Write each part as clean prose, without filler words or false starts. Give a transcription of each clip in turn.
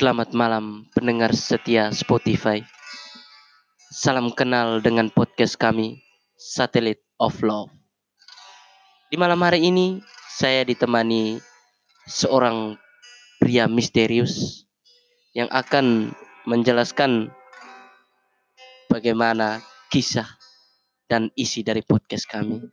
Selamat malam pendengar setia Spotify. Salam kenal dengan podcast kami, Satellite of Love. Di malam hari ini, saya ditemani seorang pria misterius yang akan menjelaskan bagaimana kisah dan isi dari podcast kami.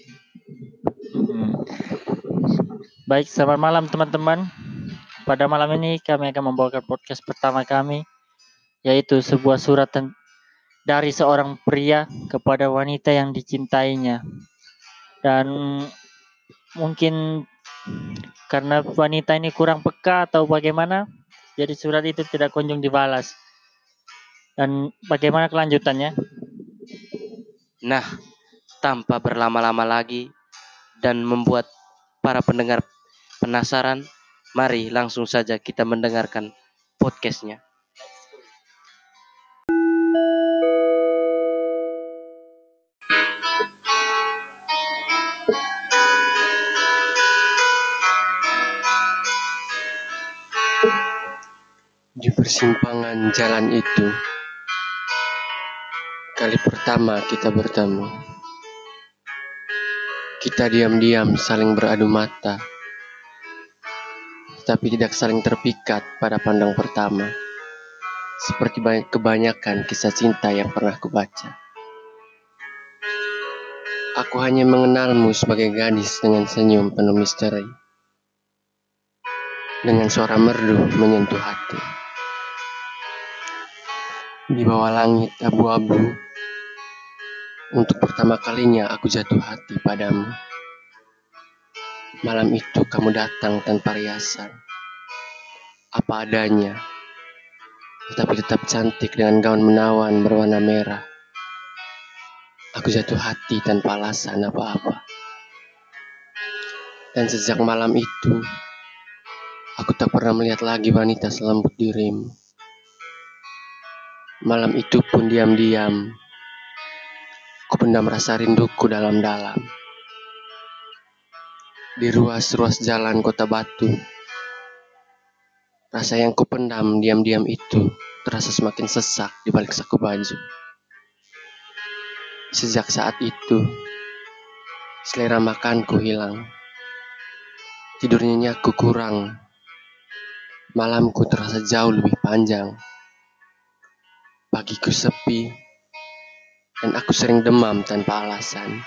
Baik, selamat malam teman-teman. Pada malam ini kami akan membawakan podcast pertama kami, yaitu sebuah surat dari seorang pria kepada wanita yang dicintainya. Dan mungkin karena wanita ini kurang peka atau bagaimana, jadi surat itu tidak kunjung dibalas. Dan bagaimana kelanjutannya? Nah, tanpa berlama-lama lagi dan membuat para pendengar penasaran, mari langsung saja kita mendengarkan podcastnya. Di persimpangan jalan itu, kali pertama kita bertemu. Kita diam-diam saling beradu mata, tapi tidak saling terpikat pada pandang pertama, seperti kebanyakan kisah cinta yang pernah kubaca. Aku hanya mengenalmu sebagai gadis dengan senyum penuh misteri, dengan suara merdu menyentuh hati. Di bawah langit abu-abu, untuk pertama kalinya aku jatuh hati padamu. Malam itu kamu datang tanpa riasan, apa adanya, tetapi tetap cantik dengan gaun menawan berwarna merah. Aku jatuh hati tanpa alasan apa-apa. Dan sejak malam itu, aku tak pernah melihat lagi wanita selembut dirimu. Malam itu pun diam-diam, ku pendam rasa rinduku dalam-dalam. Di ruas-ruas jalan kota Batu, rasa yang ku pendam diam-diam itu terasa semakin sesak di balik saku baju. Sejak saat itu, selera makanku hilang. Tidur nyenyaku kurang. Malamku terasa jauh lebih panjang. Pagiku sepi, dan aku sering demam tanpa alasan.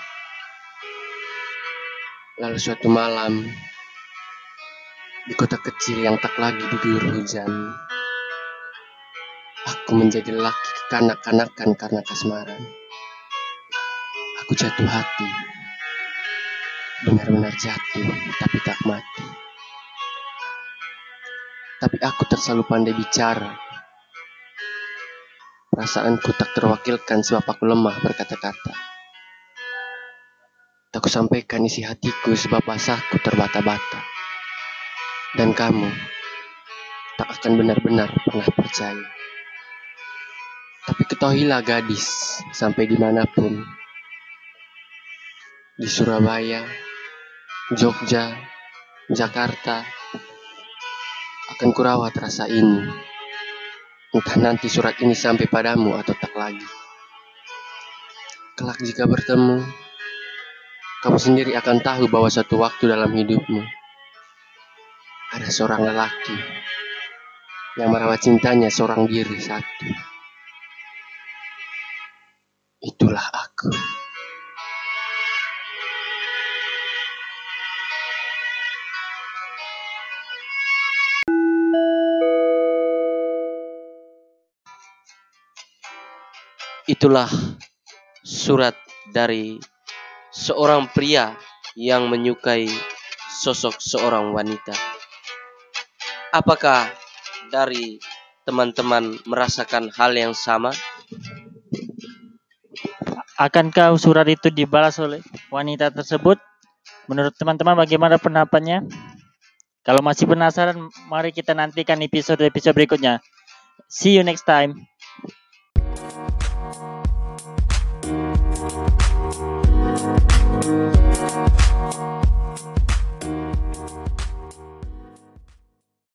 Lalu suatu malam, di kota kecil yang tak lagi diguyur hujan, aku menjadi lelaki kekanak-kanakan karena kasmaran. Aku jatuh hati, benar-benar jatuh, tapi tak mati. Tapi aku terlalu pandai bicara. Perasaanku tak terwakilkan sebab aku lemah berkata-kata. Tak kusampaikan isi hatiku sebab bahsaku terbata-bata. Dan kamu tak akan benar-benar pernah percaya. Tapi ketahuilah gadis, sampai dimanapun, di Surabaya, Jogja, Jakarta, akan kurawat rasa ini. Entah nanti surat ini sampai padamu atau tak lagi. Kelak jika bertemu, kamu sendiri akan tahu bahwa suatu waktu dalam hidupmu ada seorang lelaki yang merawat cintanya seorang diri satu. Itulah aku. Itulah surat dari seorang pria yang menyukai sosok seorang wanita. Apakah dari teman-teman merasakan hal yang sama? Akankah surat itu dibalas oleh wanita tersebut? Menurut teman-teman bagaimana pendapatnya? Kalau masih penasaran, mari kita nantikan episode-episode berikutnya. See you next time.